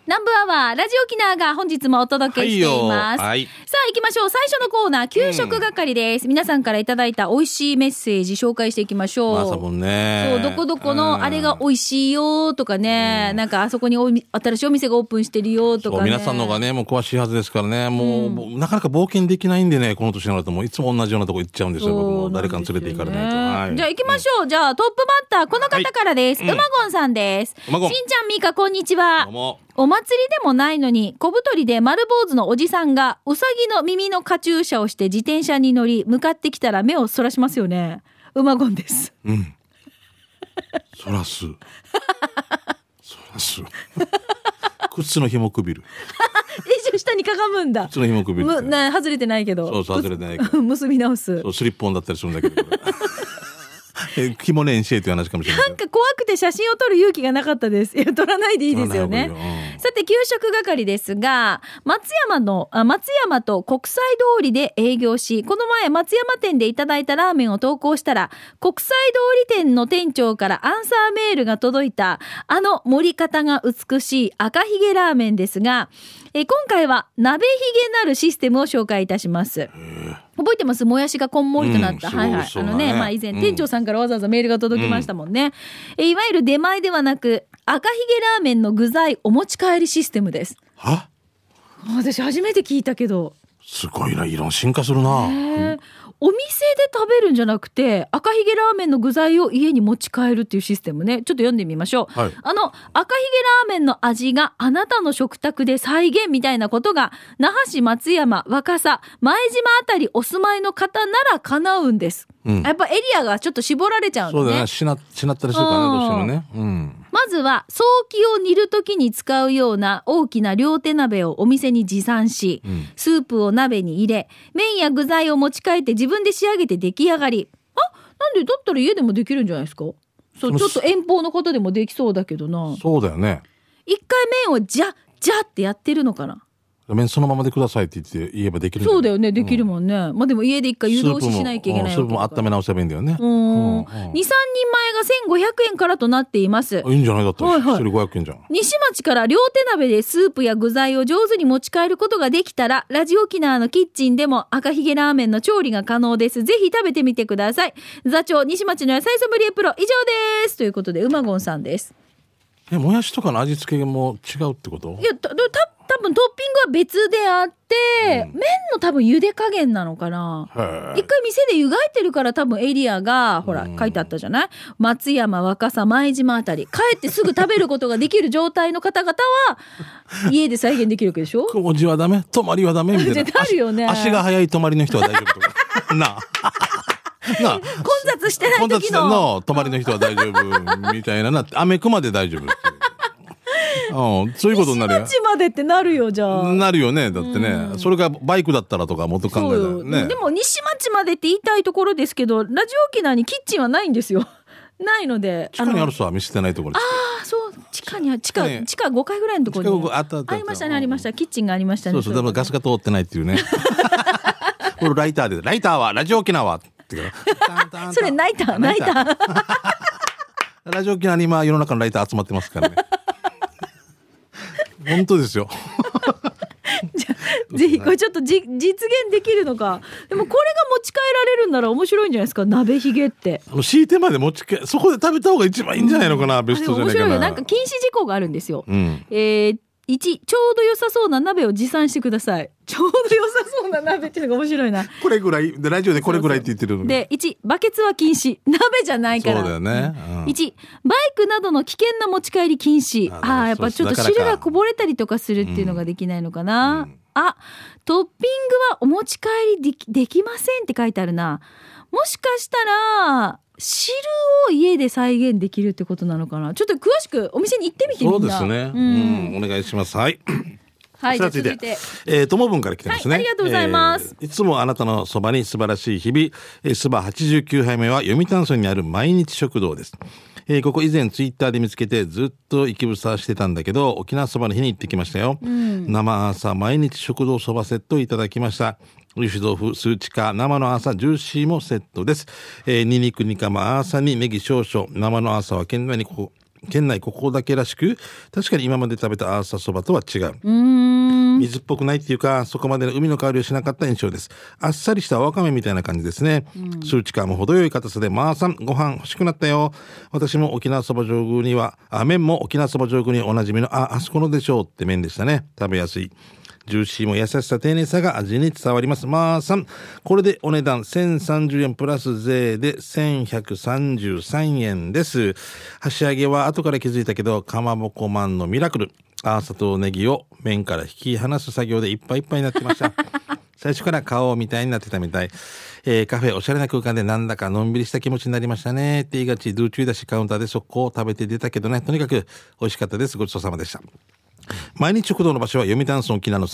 南部アワーラジオ沖縄が本日もお届けしています、はい、さあ行きましょう。最初のコーナー給食係です、皆さんからいただいた美味しいメッセージ紹介していきましょう。 朝もね、 そうどこどこのあれが美味しいよとかね、なんかあそこに新しいお店がオープンしてるよとかね、 皆さんのがねもう詳しいはずですからね、もう、なかなか冒険できないんでね、この年になるともういつも同じようなとこ行っちゃうんですよ。僕も誰かに連れて行かれないと、はい、じゃあ行きましょう、じゃあトップバッターこの方からです、うまごんさんです。しんちゃんみーかこんにちは。 どうも。 お祭りでもないのに小太りで丸坊主のおじさんがうさぎの耳のカチューシャをして自転車に乗り向かってきたら目をそらしますよね。うまごんです。 そらす靴の紐くびる一応下にかがむんだ。 靴の紐くびる外れてないけど、 そう外れてないから結び直す。 そうスリップオンだったりするんだけど紐ねんしえという話かもしれない。 なんか怖くて写真を撮る勇気がなかったです。いや撮らないでいいですよね。さて給食係ですが、松山と国際通りで営業し、この前松山店でいただいたラーメンを投稿したら国際通り店の店長からアンサーメールが届いた。あの盛り方が美しい赤ひげラーメンですが、今回は鍋ひげなるシステムを紹介いたします。覚えてます？もやしがこんもりとなった、はいはい、以前、店長さんからわざわざメールが届きましたもんね、いわゆる出前ではなく赤ひげラーメンの具材お持ち帰りシステムです。 は？ 私初めて聞いたけどすごいな、いろんな進化するな。 お店で食べるんじゃなくて赤ひげラーメンの具材を家に持ち帰るっていうシステムね。ちょっと読んでみましょう、はい、赤ひげラーメンの味があなたの食卓で再現みたいなことが那覇市、松山、若狭、前島あたりお住まいの方なら叶うんです、やっぱエリアがちょっと絞られちゃうんでね。 そうだね、しなったりするからね、どうしてもね、 まずはソーキを煮るときに使うような大きな両手鍋をお店に持参し、スープを鍋に入れ麺や具材を持ち帰って自分で仕上げて出来上がり。なんでだったら家でもできるんじゃないですか。そうちょっと遠方の方でもできそうだけどな。 そうだよね。 一回麺をジャってやってるのかな。 麺そのままでくださいって言えばできるんそうだよね、できるもんね、まあでも家で一回湯通ししないといけないわけだから。 スープも温め直せばいいんだよね。 2、3人前が1500円からとなっています。 いいんじゃないだったら、それ500円じゃん。 西町から両手鍋でスープや具材を上手に持ち帰ることができたらラジオ沖縄のキッチンでも赤ひげラーメンの調理が可能です。ぜひ食べてみてください。座長西町の野菜ソムリエプロ以上ですということでうまごんさんです。もやしとかの味付けも違うってこと？ いや多分トッピングは別であって、麺の多分茹で加減なのかな。一回店で湯がいてるから多分エリアがほら書いてあったじゃない。松山、若狭、前島あたり帰ってすぐ食べることができる状態の方々は家で再現できるわけでしょ。 小文字はダメ、泊まりはダメみたいな。 あるよね。 足が速い泊まりの人は大丈夫とかな混雑してない時の泊まりの人は大丈夫みたいな。雨雲まで大丈夫そういうことになるよ。 西町までってなるよ。じゃあなるよね。だってね、それがバイクだったらとかもっと考えたらね。 でも西町までって言いたいところですけどラジオ沖縄にキッチンはないんですよ。ないので地下にあるさ、見捨てないところです。 そう地下5階ぐらいのところにありましたね。ありました。キッチンがありましたね。 そうでもガスが通ってないっていうねこれライターはラジオ沖縄ってそれナイターラジオ沖縄に今世の中のライター集まってますからね本当ですよじゃあぜひこれちょっと実現できるのか。でもこれが持ち帰られるんなら面白いんじゃないですか。鍋ひげって敷いてまでそこで食べた方が一番いいんじゃないのかな、ベストじゃないかな。面白いよ。 なんか禁止事項があるんですよ、1、ちょうど良さそうな鍋を持参してください。ちょうど良さそうな鍋っていうのが面白いな。 これぐらいでラジオでこれぐらいって言ってるので、1、バケツは禁止。鍋じゃないから。 そうだよね、 1、バイクなどの危険な持ち帰り禁止。やっぱちょっと汁がこぼれたりとかするっていうのができないのかな、トッピングはお持ち帰りできませんって書いてあるな。もしかしたら汁を家で再現できるってことなのかな。ちょっと詳しくお店に行ってみてみんな。 そうですね、お願いします。はいはい、 続いてともぶんから来てますね、 ありがとうございます、 いつもあなたのそばに素晴らしい日々、スバ89杯目は読谷村にある毎日食堂です。ここ以前ツイッターで見つけてずっと行きぶさしてたんだけど、沖縄そばの日に行ってきましたよ、生朝毎日食堂そばセットをいただきました。油脂豆腐、スーチカ、生の朝ジューシーもセットです。ニンニク煮カマ朝にネギ少々、生の朝は県内に県内ここだけらしく、確かに今まで食べたアーサそばとは違う。水っぽくないっていうか、そこまでの海の香りをしなかった印象です。あっさりしたわかめみたいな感じですね。数値感も程よい硬さで、まあさんご飯欲しくなったよ。私も沖縄そば上宮には、麺も沖縄そば上宮におなじみのあそこのでしょうって麺でしたね。食べやすい。ジューシーも優しさ丁寧さが味に伝わります。まあさん、これでお値段1030円プラス税で1133円です。箸上げは後から気づいたけど、かまぼこマンのミラクル。アーサとネギを麺から引き離す作業でいっぱいいっぱいになってました。最初から顔みたいになってたみたい。カフェおしゃれな空間でなんだかのんびりした気持ちになりましたねって言いがち、ドゥーチューだしカウンターで速攻食べて出たけどね、とにかく美味しかったです。ごちそうさまでした。毎日食堂の場所は読谷村沖縄の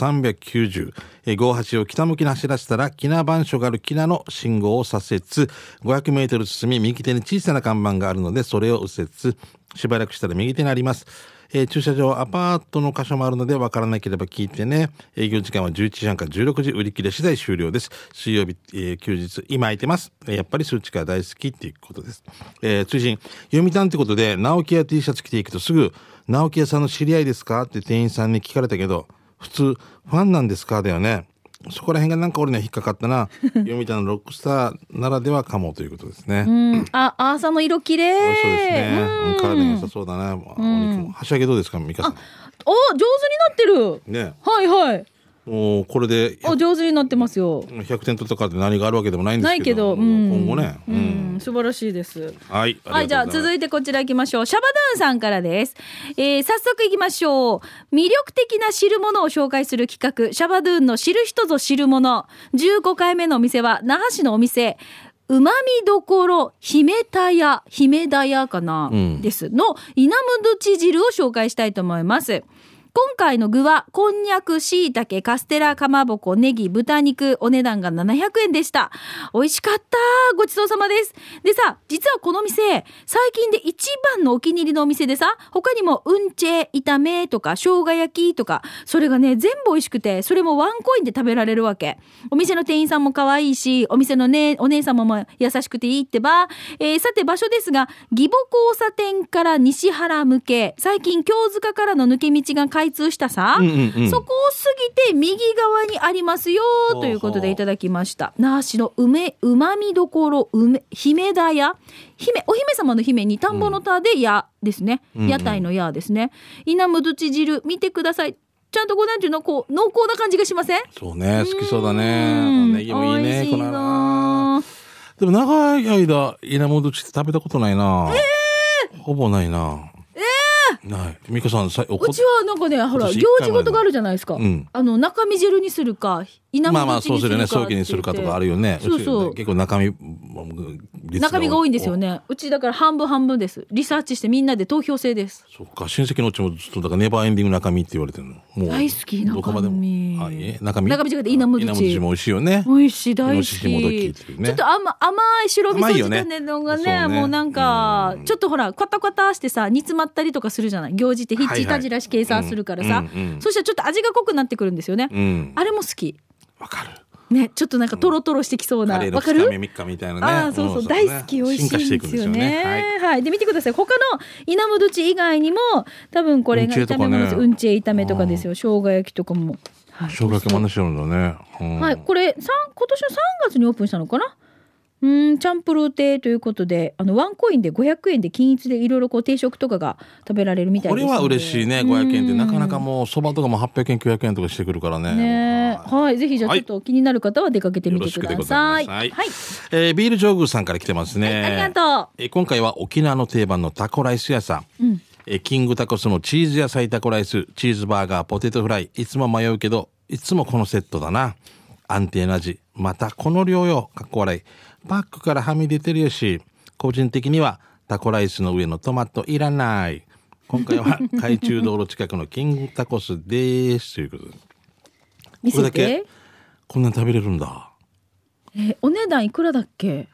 390、58を北向きに走らせたら沖縄番所がある沖縄の信号を左折、500メートル進み右手に小さな看板があるのでそれを右折、しばらくしたら右手にあります。駐車場アパートの箇所もあるので分からなければ聞いてね。営業時間は11時半から16時、売り切れ次第終了です。水曜日、休日今空いてます。やっぱり数値が大好きっていうことです。追伸読谷ってことで直木屋 T シャツ着ていくとすぐ直木屋さんの知り合いですかって店員さんに聞かれたけど、普通ファンなんですかだよね。そこら辺がなんか俺には引っかかったな。読谷のロックスターならではかもということですね。 アーサの色綺麗。 そうですね。体に良さそうだね。お肉も箸上げどうですか、ミカさん。 上手になってる。 ね。 はいはい。 もうこれで上手になってますよ。 100点取ったからって何があるわけでもないんですけど、 ないけど、 今後ね、 素晴らしいです。 はい、 はい、じゃあ続いてこちら行きましょう。シャバドゥンさんからです。早速行きましょう。魅力的な知るものを紹介する企画、シャバドゥンの知る人ぞ知るもの。15回目のお店は那覇市のお店、うまみどころ姫田屋かな、ですの稲むどち汁を紹介したいと思います。今回の具はこんにゃく、しいたけ、カステラ、かまぼこ、ネギ、豚肉、お値段が700円でした。美味しかった。ごちそうさまです。でさ、実はこの店最近で一番のお気に入りのお店でさ、他にもうんちぇ炒めとか生姜焼きとか、それがね全部美味しくて、それもワンコインで食べられるわけ。お店の店員さんも可愛いし、お店のねお姉様も優しくていいってば。さて場所ですが、義母交差点から西原向け、最近京塚からの抜け道が開通したさ、そこを過ぎて右側にありますよということでいただきました。那覇市のうまみどころ姫田屋、お姫様の姫に田んぼの田で屋ですね、屋台の屋ですね。稲むどち汁見てください。ちゃんとこうなんていうの、こう濃厚な感じがしません？そうね、好きそうだね。ネギもいいね。このでも長い間稲むどちって食べたことないな。ほぼないな。ない。美香さん、うちはなんかね、ほら行事事があるじゃないですか。中身汁にするか、稲むどちにするか、そうするね、 早期にするかとかあるよね。 そう結構中身が多いんですよね。うちだから半分です。リサーチしてみんなで投票制です。 そっか、親戚のうちもずっとだからネバーエンディング中身って言われてるの。もう大好き中身。 中身違って稲むどちも美味しいよね。 美味しい、大好き。ちょっと甘い白味噌仕立てのがね、もうなんかちょっとほらカタカタしてさ煮詰まったりとかするじゃない。行事ってひっちたじらし計算するからさ、そしたらちょっと味が濃くなってくるんですよね。あれも好き。 わかる。 ね、ちょっとなんかトロトロしてきそうな、わかる？ カレーの2日目3日みたいなね。 そう大好き、美味しいんですよね。はい。で見てください。他の稲むどち以外にも多分これが炒め物です。うんちぇ炒めとかですよ。生姜焼きとかも。 生姜焼きも話してるんだね。 はい。これ今年の3月にオープンしたのかな。チャンプルー亭ということで、ワンコインで500円で均一でいろいろこう定食とかが食べられるみたいです。 これは嬉しいね。500円ってなかなかもうそばとかも800円900円とかしてくるからね。 はい、ぜひじゃあちょっと気になる方は出かけてみてください。はい。 ビール上宮さんから来てますね。 ありがとう。 今回は沖縄の定番のタコライス屋さん。キングタコスのチーズ野菜タコライス、チーズバーガー、ポテトフライ、いつも迷うけどいつもこのセットだな。安定な味、またこの量よ、かっこ笑い。パックからはみ出てるよし、個人的にはタコライスの上のトマトいらない。今回は海中道路近くのキングタコスですということで。これだけこんなに食べれるんだ。 お値段いくらだっけ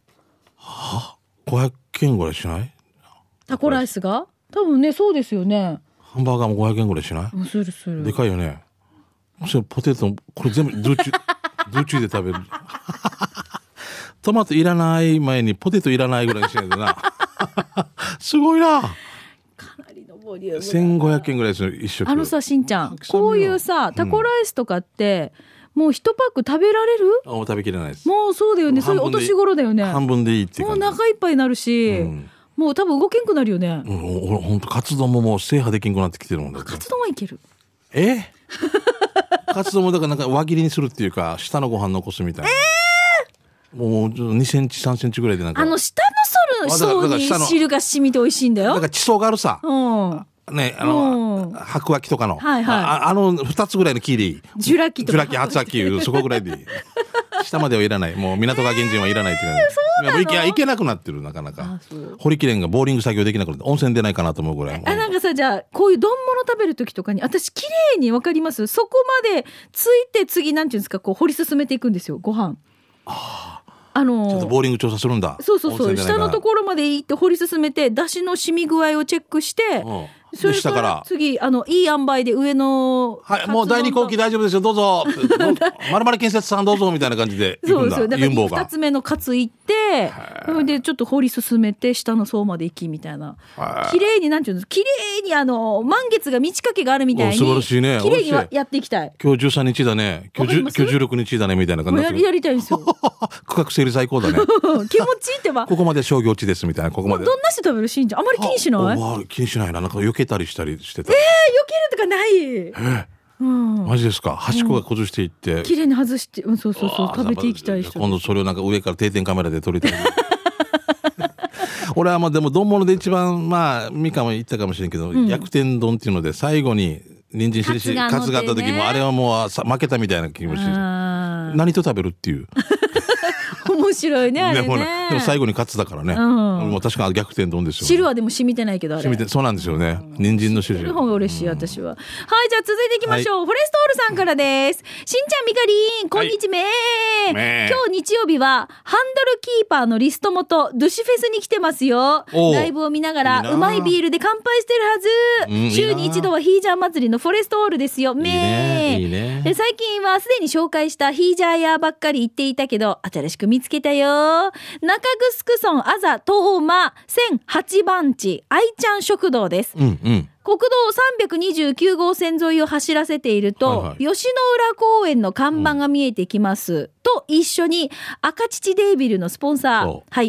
？500円ぐらいしない？ タコライスが多分ね、そうですよね。 ハンバーガーも500円ぐらいしない？ するでかいよね。ポテトこれ全部ドゥチュで食べる。トマトいらない前にポテトいらないぐらいしないとな。すごいな。 ボリューム 1500円ぐらいですよ一食。 さしんちゃん、こういうさタコライスとかって、もう一パック食べられる？ もう食べきれないです。 もうそうだよね。そういうお年頃だよね。 半分でいいっていうもう中いっぱいになるし、もう多分動けんくなるよね。 ほんとカツ丼ももう制覇できんくなってきてるもんだって。 カツ丼はいける。 カツ丼もだからなんか輪切りにするっていうか、下のご飯残すみたいな。もう2センチ3センチぐらいでなんか。 下の層に汁が染みて美味しいんだよ。 だから地層があるさ。ね、白脇とかの。2つぐらいの木でいい。 ジュラキとか。 ジュラキ、厚脇、そこぐらいでいい。下まではいらない。もう港川原人はいらないっていうか。いけなくなってる、なかなか。堀切れんがボーリング作業できなくなって、温泉出ないかなと思うぐらい。 なんかさ、じゃあ、こういう丼物食べるときとかに、私、綺麗にわかります？そこまでついて次、なんていうんですか、こう、掘り進めていくんですよ、ご飯。 ちょっとボーリング調査するんだ。 そう。下のところまで行って掘り進めて、出汁の染み具合をチェックして、それから次、いい塩梅で上の。はい、 もう第二後期大丈夫ですよ、どうぞ。まるまる建設さんどうぞ、みたいな感じで行くんだ。 そうだから二つ目のカツ行って、それでちょっと掘り進めて、下の層まで行き、みたいな。綺麗に、なんていうの、綺麗に満月が満ち欠けがあるみたいに。 素晴らしいね。 綺麗にやっていきたい。 今日13日だね。今日16日だね、みたいな感じで。やりたいんですよ。 区画整理最高だね。 気持ちいいってば。 ここまで商業地です、みたいな。ここまで。 どんなして食べるしんちゃん、あまり気にしない？ 気にしないな。なんか避けたりしたりしてた。 避けるとかない。 マジですか。端っこが崩していって。 綺麗に外して、そう、食べていきたい人。 今度それをなんか上から定点カメラで撮りたい。俺はでも丼物で一番ミカも言ったかもしれんけど、逆転丼っていうので最後に人参しりしカツがあった時もあれはもう負けたみたいな気持ちです。何と食べるっていう。 面白いね、あれね。 でも最後にカツだからね。もう確か逆転丼ですよ。 汁はでも染みてないけど、あれ。 そうなんですよね。人参の汁。 その方が嬉しい、私は。はい、じゃあ続いていきましょう。フォレストオールさんからです。しんちゃん、みかりん、こんにちめー。今日日曜日は、ハンドルキーパーのリスト元、ドゥシフェスに来てますよ。ライブを見ながら、うまいビールで乾杯してるはず。週に一度はヒージャー祭りのフォレストオールですよ。めー。最近はすでに紹介したヒージャー屋ばっかり行っていたけど、新しく見つけたよ。中城村あざ東馬1008番地愛ちゃん食堂です。国道329号線沿いを走らせていると、吉野浦公園の看板が見えてきます。と一緒に赤乳デービルのスポンサー、はい、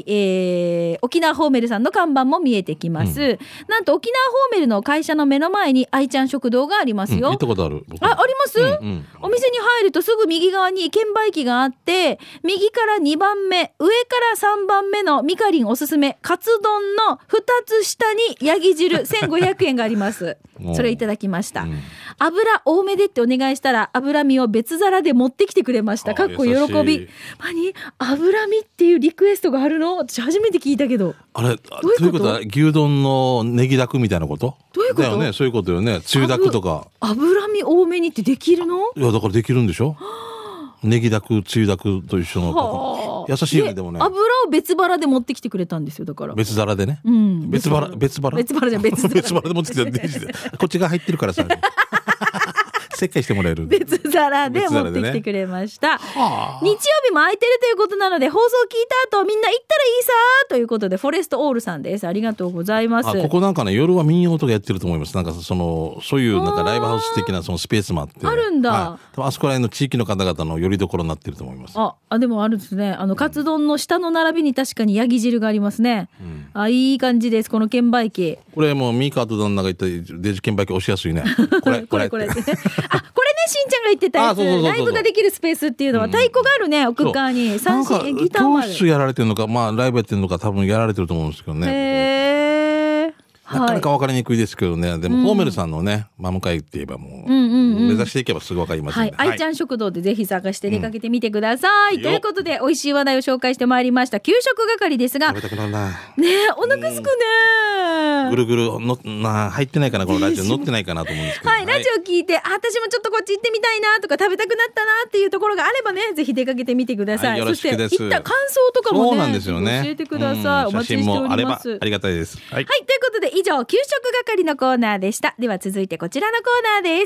沖縄ホーメルさんの看板も見えてきます。なんと沖縄ホーメルの会社の目の前に愛ちゃん食堂がありますよ。 行ったことある。 あります、お店に入るとすぐ右側に券売機があって、右から2番目、上から3番目のミカリンおすすめ、カツ丼の2つ下にヤギ汁1500円があります。それいただきました。油多めでってお願いしたら、油身を別皿で持ってきてくれました。かっこ喜び。何？油身っていうリクエストがあるの？私初めて聞いたけど。 あれ、どういうことだ？牛丼のネギだくみたいなこと？ どういうこと？ だよね、そういうことよね。つゆだくとか。 油身多めにってできるの？ いや、だからできるんでしょ？ネギだく、つゆだくと一緒の。優しいね、でもね。 油を別腹で持ってきてくれたんですよ、だから。 別皿でね。別腹別腹じゃ別腹で持ってきた。こっちが入ってるからさ。設計してもらえる。 別皿で持ってきてくれました。日曜日も空いてるということなので、放送聞いた後みんな行ったらいいさということで、フォレストオールさんです。ありがとうございます。 ここなんかね、夜は民謡とかやってると思います。なんかそういうなんかライブハウス的なそのスペースもあって。 あるんだ。 あそこら辺の地域の方々の拠り所になってると思います。 でもあるんですね。カツ丼の下の並びに確かにヤギ汁がありますね。いい感じです。この券売機。 これもうミーカーと旦那が言ったデジ券売機押しやすいね。これ。これね、 しんちゃんが言ってたやつ、ライブができるスペースっていうのは太鼓があるね、奥側に三振ギターもある。 教室やられてるのか、ライブやってるのか、多分やられてると思うんですけどね。なかなか分かりにくいですけどね。でもホーメルさんのね、真向かいって言えばもう目指していけばすぐ分かりますので。 愛ちゃん食堂でぜひ探して出かけてみてください。ということで美味しい話題を紹介してまいりました給食係ですが、 食べたくなるな。 ねえ、お腹すくね。 ぐるぐる入ってないかな、このラジオ乗ってないかなと思うんですけど。 はい、ラジオ聞いて私もちょっとこっち行ってみたいなとか食べたくなったなっていうところがあればね、ぜひ出かけてみてください。 よろしくです。 そして行った感想とかもね、 そうなんですよね、 教えてください。お待ちしております。 写真もあればありがたいです。 はい、ということで以上給食係のコーナーでした。では続いてこちらのコーナーです。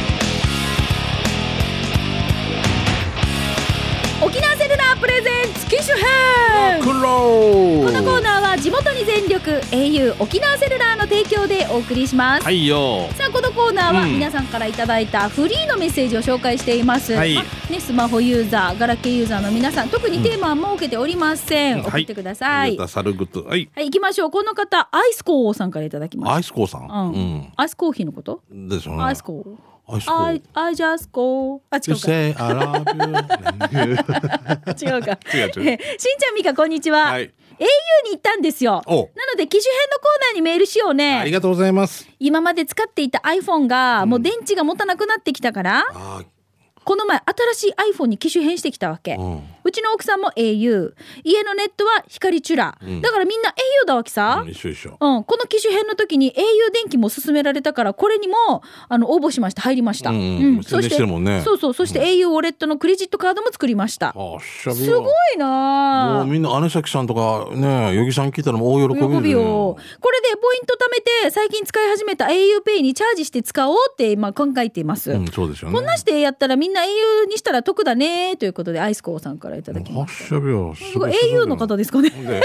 沖縄セルラープレゼンツ給機種編。 クロこー。 のコーナーは地元に全力 au 沖縄セルラーの提供でお送りします。 はいよ。 さあこのコーナーは皆さんからいただいたフリーのメッセージを紹介しています、 はいね、スマホユーザーガラケーユーザーの皆さん特にテーマは設けておりません、送ってください。 サルグッド。はい。 はい、行きましょう。この方アイスコーさんからいただきました。 アイスコーさん。 アイスコーヒーのことでしょうね。 アイスコーアイスコー。 I just go あ、違 You うか say I love you. 違うか違う違うしんちゃんみかこんにちは、 はい。 au に行ったんですよ。 おなので機種編のコーナーにメールしようね。 ありがとうございます。 今まで使っていた iPhone がもう電池が持たなくなってきたから、 あこの前新しい iPhone に機種変してきたわけ、うちの奥さんも au、 家のネットは光チュラ、だからみんな au だわけさ、 一緒一緒。 この機種変の時に au 電気も勧められたからこれにも応募しました。入りました、 宣そして伝してるもんね。 そして au ウォレットのクレジットカードも作りました。 あしゃべよ。 すごいなもうみんな姉崎さんとかね、ヨギさん聞いたらもう大喜び喜びよ。これでポイント貯めて最近使い始めた auPay にチャージして使おうって今考えています、 そうですよね。 こんなしてやったらみんな au にしたら得だねということでアイスコーさんからいただきました。 しゃべよ。 すごい au の方ですかね。 ね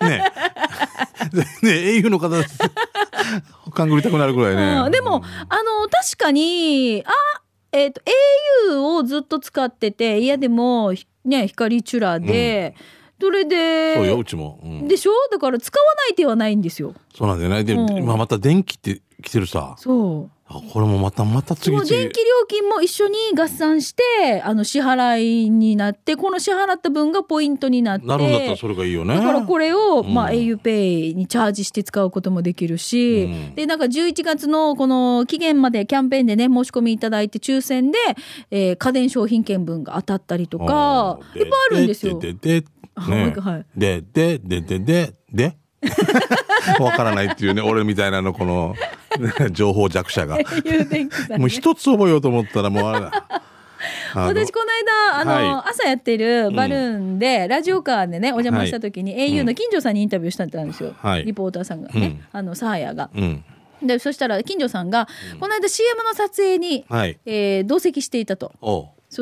au の方です。勘ぐりたくなるぐらいね。 でも確かにau をずっと使ってて家でもね光チュラで、それでそうようちも、 でしょ。だから使わない手はないんですよ。 そうなんだよね。で、今また電気って来てるさ。 そうこれもまた次々。 電気料金も一緒に合算して支払いになって、この支払った分がポイントになって、 なるんだったらそれがいいよね。 だからこれを、auPay にチャージして使うこともできるし、でなんか11月のこの期限までキャンペーンでね申し込みいただいて抽選で、家電商品券分が当たったりとかいっぱいあるんですよ。 でわからないっていうね、俺みたいなのこの情報弱者がもう一つ覚えようと思ったらもう私この間朝やってるバルーンで、ラジオカーでねお邪魔した時に au の金城さんにインタビューしたんですよ、リポーターさんがね、サーヤが、でそしたら金城さんが、この間 CM の撮影に、同席していたと。そう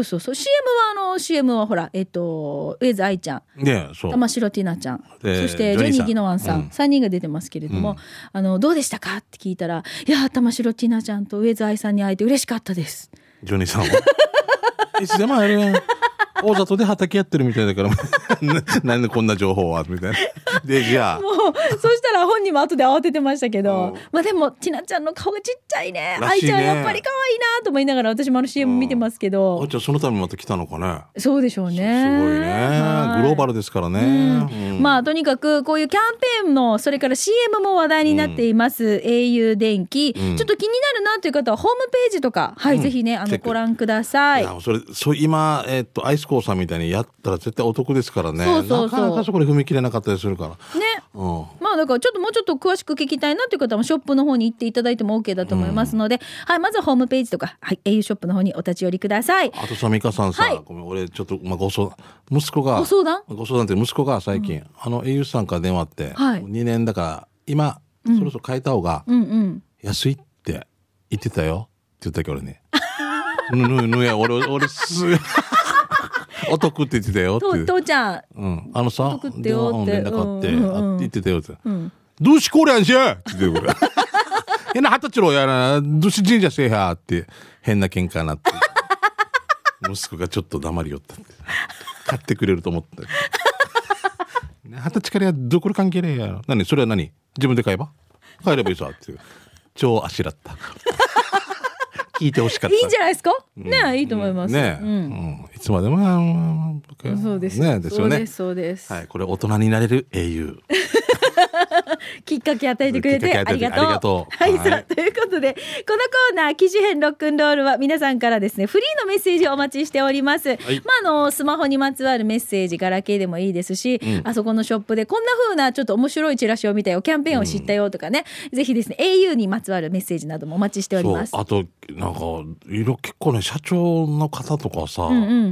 CM はほら上江愛ちゃん、玉城ティナちゃん、そしてジョニー・ギノワンさん、3人が出てますけれども、どうでしたかって聞いたら、いや玉城ティナちゃんと上江愛さんに会えて嬉しかったです。 ジョニーさんはいつでもあるやん。大里で畑やってるみたいだからなんでこんな情報はみたいな。でじゃあもうそしたら本人も後で慌ててましたけど、でもティナちゃんの顔がちっちゃいね、愛ちゃんやっぱり可愛いなと思いながら私もCM 見てますけど、 愛ちゃんそのためにまた来たのかね。 そうでしょうね。 すごいね、グローバルですからね、 とにかくこういうキャンペーンのそれから CM も話題になっています、au 電気、ちょっと気になるなという方はホームページとか、ぜひねご覧ください。 いや今、アイスコーさんみたいにやったら絶対お得ですからね。なかなかそこで踏み切れなかったりするからね。だからもうちょっと詳しく聞きたいなという方もショップの方に行っていただいても OK だと思いますので、まずはホームページとか、au ショップの方にお立ち寄りください。 あとさ、美香さんさ、ごめん俺ちょっと、ご相談、息子がご相談って息子が最近、au さんから電話って、2年だから今、そろそろ変えた方が安いって言ってたよって言ったっけ俺ね。俺すぐお得って言ってたよって。 父ちゃん、 さお得ってよって連絡あって、言ってたよって、どうしこりゃんしゃって言ってこれ変な二十歳のやらなどうし神社せえやって変な喧嘩になって息子がちょっと黙りよったって買ってくれると思った二十歳からやどこれ関係ねえや。それは自分で買えば買えればいいさっていう超あしらった聞いてほしかった。 いいんじゃないですかね。いいと思いますね。 いつまでもそうですね。ですよね。 そうです。 これ大人になれる au きっかけ与えてくれてありがとう。ということでこのコーナー機種編ロックンロールは皆さんからですねフリーのメッセージをお待ちしております。スマホにまつわるメッセージガラケーでもいいですし、あそこのショップでこんな風なちょっと面白いチラシを見たよ、キャンペーンを知ったよとかね、ぜひですね au にまつわるメッセージなどもお待ちしております。 あと結構ね社長の方とかさ、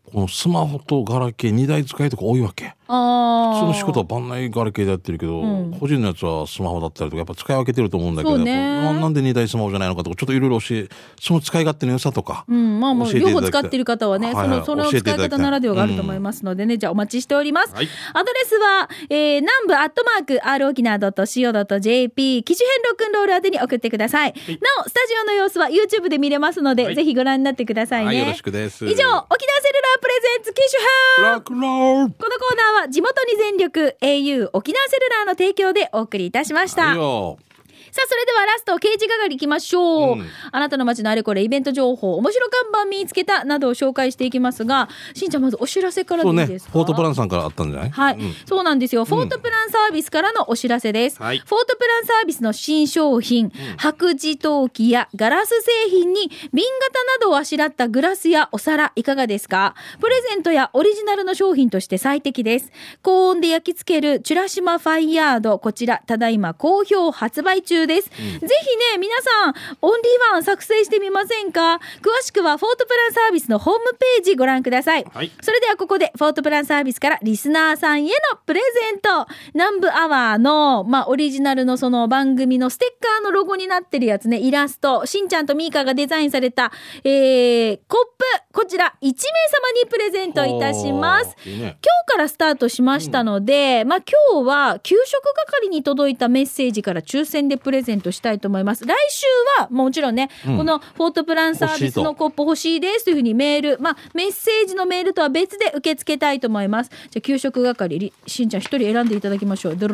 このスマホとガラケー2台使いとか多いわけ。普通の仕事は番内ガラケーでやってるけど、個人のやつはスマホだったりとかやっぱ使い分けてると思うんだけど、なんで2台スマホじゃないのかとかちょっといろいろ教え、その使い勝手の良さとか、 まあもう両方使ってる方はね、その使い方ならではがあると思いますのでね、じゃあお待ちしております。アドレスは、南部@r 沖縄 .co.jp 機種編ロックンロール宛てに送ってください。なおスタジオの様子は YouTube で見れますので、ぜひご覧になってくださいね。 よろしくです。 以上、沖縄セルラープレゼンツ機種編ロックンロール。このコーナーは地元に全力 au 沖縄セルラーの提供でお送りいたしました。さあ、それではラスト刑事係行きましょう。あなたの街のあれこれイベント情報、面白看板見つけたなどを紹介していきますが、しんちゃんまずお知らせからでいいですか？ フォートプランさんからあったんじゃない？ はい、そうなんですよ。フォートプランサービスからのお知らせです。フォートプランサービスの新商品、白磁陶器やガラス製品に瓶型などをあしらったグラスやお皿いかがですか？プレゼントやオリジナルの商品として最適です。高温で焼き付けるチュラシマファイヤード、こちらただいま好評発売中です。ぜひね、皆さんオンリーワン作成してみませんか？詳しくはフォートプランサービスのホームページご覧ください。それではここでフォートプランサービスからリスナーさんへのプレゼント、南部アワーの、オリジナルのその番組のステッカーのロゴになってるやつね、イラスト、しんちゃんとミーカがデザインされた、コップ、こちら1名様にプレゼントいたします。今日からスタートしましたので、今日は給食係に届いたメッセージから抽選でプレゼントしたいと思います。来週はもちろんね、このフォートプランサービスのコップ欲しいですというふうにメール、メッセージのメールとは別で受け付けたいと思います。じゃあ給食係しんちゃん一人選んでいただきましょう。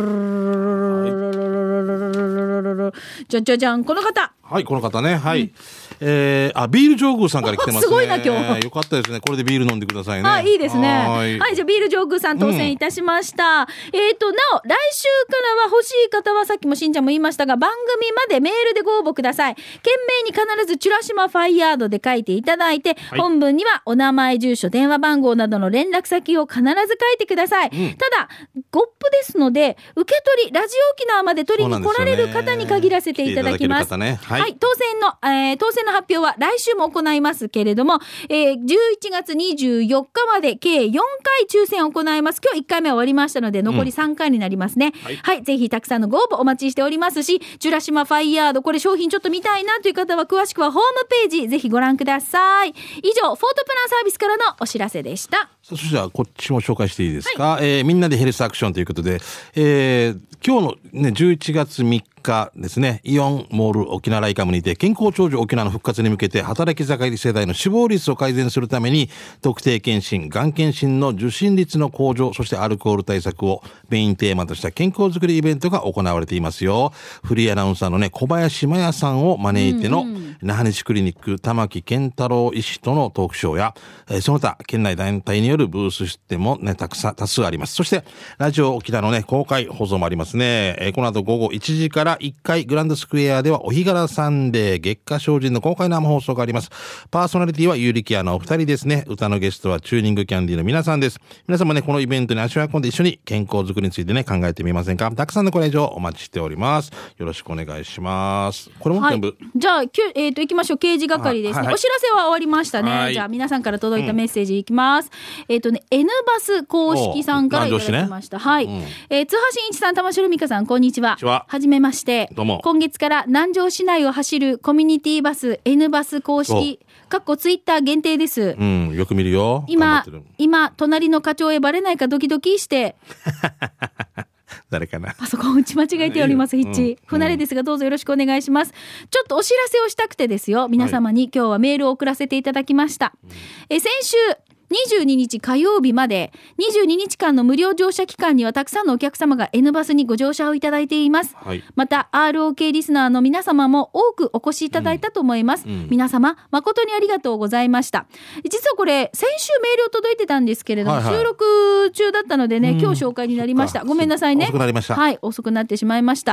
じゃじゃん、この方。 はい、この方ね。はい。ビール上宮さんから来てますね。 すごいな、今日。 よかったですね。これでビール飲んでくださいね。 いいですね。はい、じゃあビール上宮さん当選いたしました。なお、来週からは欲しい方はさっきもしんちゃんも言いましたが、番組までメールでご応募ください。件名に必ずチュラシマファイヤードで書いていただいて、本文にはお名前、住所、電話番号などの連絡先を必ず書いてください。ただ、ゴップですので、受け取り、ラジオ沖縄まで取りに来られる方に限らせていただきます。はい、当選の発表は来週も行いますけれども、11月24日まで計4回抽選を行います。今日1回目終わりましたので残り3回になりますね。はい、ぜひたくさんのご応募お待ちしておりますし、チュラシマファイヤード、これ商品ちょっと見たいなという方は詳しくはホームページぜひご覧ください。以上、フォートプランサービスからのお知らせでした。 そしてはこっちも紹介していいですか？みんなでヘルスアクションということで、今日のね、11月3日ですね、イオンモール沖縄ライカムにて健康長寿沖縄の復活に向けて働き盛り世代の死亡率を改善するために特定健診、がん検診の受診率の向上、そしてアルコール対策をメインテーマとした健康づくりイベントが行われていますよ。フリーアナウンサーのね、小林麻也さんを招いての那覇西クリニック玉木健太郎医師とのトークショーや、その他県内団体によるブース出展もね、多数あります。そしてラジオ沖縄のね、公開放送もありますね。この後午後1時から1回グランドスクエアではお日柄サンデー月下精進の公開生放送があります。パーソナリティはユーリキアのお二人ですね。歌のゲストはチューニングキャンディーの皆さんです。皆さんもね、このイベントに足を運んで一緒に健康づくりについてね、考えてみませんか？たくさんのご来場お待ちしております。よろしくお願いします。これも全部。 じゃあ、行きましょう。刑事係ですね。お知らせは終わりましたね。じゃあ、皆さんから届いたメッセージいきます。N バス公式さんからいただきました。はい。津波真一さん、玉城美香さん、こんにちは。はじめまして。 どうも。 今月から南城市内を走るコミュニティバス N バス公式ツイッター限定です。 よく見るよ。 今隣の課長へバレないかドキドキして誰かな、 パソコン打ち間違えております。不慣れですがどうぞよろしくお願いします。ちょっとお知らせをしたくてですよ、皆様に今日はメールを送らせていただきました。先週22日火曜日まで22日間の無料乗車期間にはたくさんのお客様が N バスにご乗車をいただいています。また ROK リスナーの皆様も多くお越しいただいたと思います。皆様誠にありがとうございました。実はこれ先週メールを届いてたんですけれども、収録中だったのでね、今日紹介になりました。ごめんなさいね。 遅くなりました。 はい、遅くなってしまいました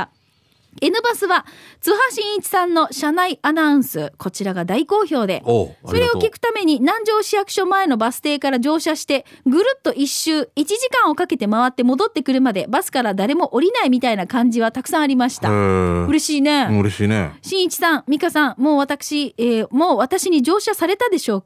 。N バスは津波真一さんの車内アナウンス、こちらが大好評で、それを聞くために南城市役所前のバス停から乗車してぐるっと一周1時間をかけて回って戻ってくるまでバスから誰も降りないみたいな感じはたくさんありました。嬉しいね。 嬉しいね。 真一さん、美香さん、もう私に乗車されたでしょうか？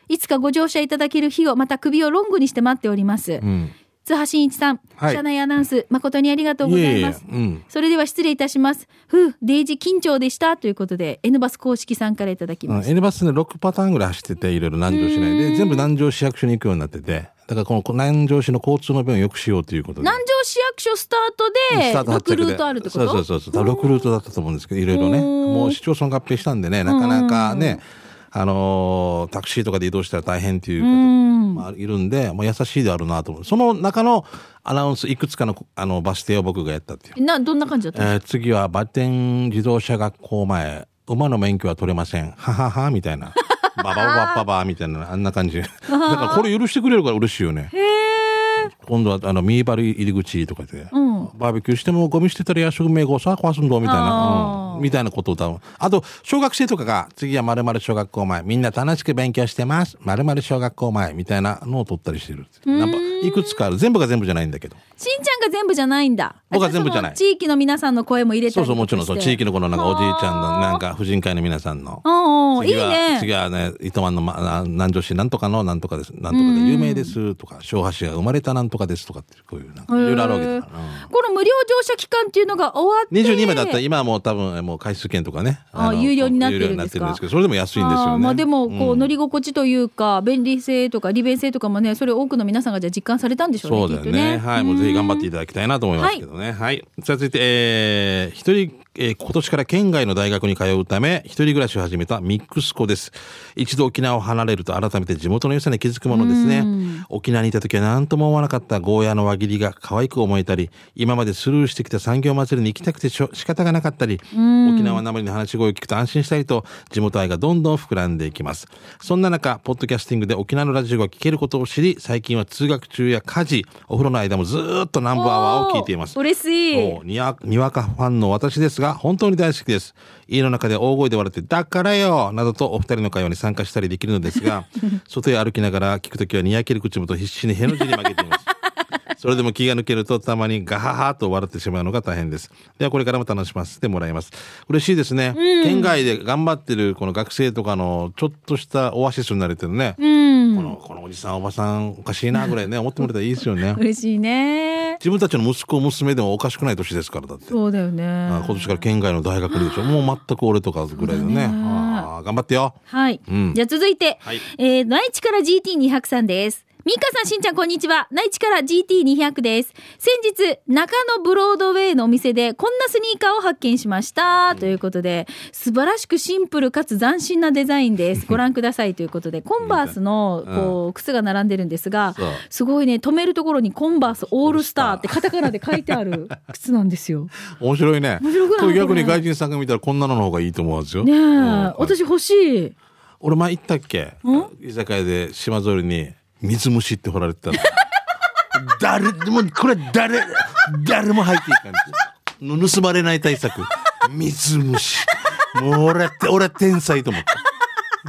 いつかご乗車いただける日を、また首をロングにして待っております。津波真一さん、車内アナウンス誠にありがとうございます。それでは失礼いたします。デイジ緊張でしたということで N バス公式さんからいただきます。 N バスね6パターンぐらい走ってて、いろいろ南城市内で全部南城市役所に行くようになってて、だからこの南城市の交通の便を良くしようということで、 南城市役所スタートで6ルートあるってこと？ そう6ルートだったと思うんですけど、いろいろね、もう市町村合併したんでね、なかなかね、タクシーとかで移動したら大変っていう方もいるんで、もう優しいであるなと思う。その中のアナウンスいくつかのバス停を僕がやったっていう。 どんな感じだったんですか？ 次はバテン自動車学校前、馬の免許は取れません。はははみたいな。バババババみたいな、あんな感じ。だからこれ許してくれるから嬉しいよね。今度はミーバル入り口とかで、バーベキューしてもゴミ捨てたら夜食名号さ壊すんだみたいな、みたいなことを多分。あと小学生とかが次は〇〇小学校前、みんな楽しく勉強してます、〇〇小学校前みたいなのを取ったりしてる。なんかいくつかある。全部が全部じゃないんだけど。 しんちゃんが全部じゃないんだ。 僕は全部じゃない。 地域の皆さんの声も入れたりとかして。 そうもちろんそう、地域のこのなんかおじいちゃんのなんか婦人会の皆さんの。 いいね。 次はね、糸満の南城市なんとかのなんとかです、なんとかで有名ですとか、小橋が生まれたなんとかですとかって、こういうなんかいろいろあるわけだから。 この無料乗車期間っていうのが終わって 22名だったら今はもう多分もう回数券とかね、 有料になってるんですか？ けど、それでも安いんですよね。 まあでもこう乗り心地というか便利性とか利便性とかもね、それ多くの皆さんがじゃあ実感されたんでしょうね。 そうだよね。はい、もうぜひ頑張っていただきたいなと思いますけどね。はい。さあ続いて一人今年から県外の大学に通うため一人暮らしを始めたミックス子です。一度沖縄を離れると改めて地元の良さに気づくものですね。沖縄にいた時は何とも思わなかったゴーヤの輪切りが可愛く思えたり、今までスルーしてきた産業祭りに行きたくて仕方がなかったり、沖縄なまりの話し声を聞くと安心したりと、地元愛がどんどん膨らんでいきます。そんな中ポッドキャスティングで沖縄のラジオが聞けることを知り、最近は通学中や家事お風呂の間もずっと南部アワーを聞いています。 嬉しい。 にわかファンの私ですが本当に大好きです。家の中で大声で笑ってだからよなどとお二人の会話に参加したりできるのですが外へ歩きながら聞くときはにやける口元必死にへの字に曲げています。それでも気が抜けるとたまにガハハと笑ってしまうのが大変です。ではこれからも楽しませてもらいます。嬉しいですね。県外で頑張ってるこの学生とかのちょっとしたオアシスになれてるね。このおじさんおばさんおかしいなぐらいね思ってもらったらいいですよね。 嬉しいね。 自分たちの息子娘でもおかしくない年ですからだって。 そうだよね。 今年から県外の大学でしょ。もう全く俺とかぐらいでね。頑張ってよ。 はい。じゃあ続いて、内地から GT200 さんです。ミカさん、しんちゃん、こんにちは。内地から GT200 です。先日、中野ブロードウェイのお店でこんなスニーカーを発見しました。ということで、素晴らしくシンプルかつ斬新なデザインです。ご覧くださいということで、コンバースのこう靴が並んでるんですが、すごいね、止めるところにコンバースオールスターってカタカナで書いてある靴なんですよ。 面白いね。 面白くない？ 逆に外人さんが見たらこんなの方がいいと思うんですよ。 ねえ、私欲しい。 俺前行ったっけ？居酒屋で島ぞりに水虫って掘られてたの。誰もこれ誰も入っていかない。盗まれない対策。水虫。もう俺は天才と思った。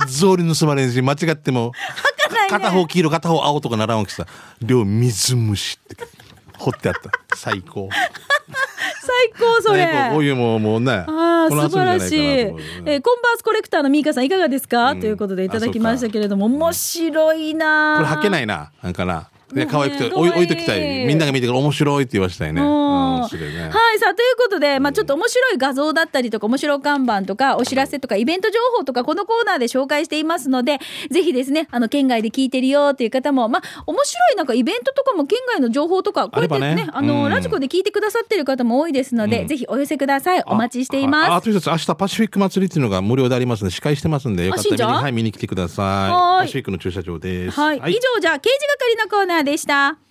草履盗まれんし間違っても片方黄色片方青とかならんわけさ。両水虫って掘ってあった。最高。 最高それ。 こういうもうね。 素晴らしい。コンバースコレクターのミーカさんいかがですか、ということでいただきましたけれども、面白いな。 これ履けないな。なんかな。可愛くて置いときたい。みんなが見てから面白いって言わしたいね。 はい、さあということで、ちょっと面白い画像だったりとか面白看板とかお知らせとかイベント情報とかこのコーナーで紹介していますので、ぜひですね県外で聞いてるよっていう方も面白いなんかイベントとかも県外の情報とかこうやってねラジコで聞いてくださってる方も多いですので、ぜひお寄せください。お待ちしています。 あと一つ明日パシフィック祭りっていうのが無料でありますので司会してますんでよかったら見に来てください。パシフィックの駐車場です。 はい、以上じゃあ刑事係のコーナーでした。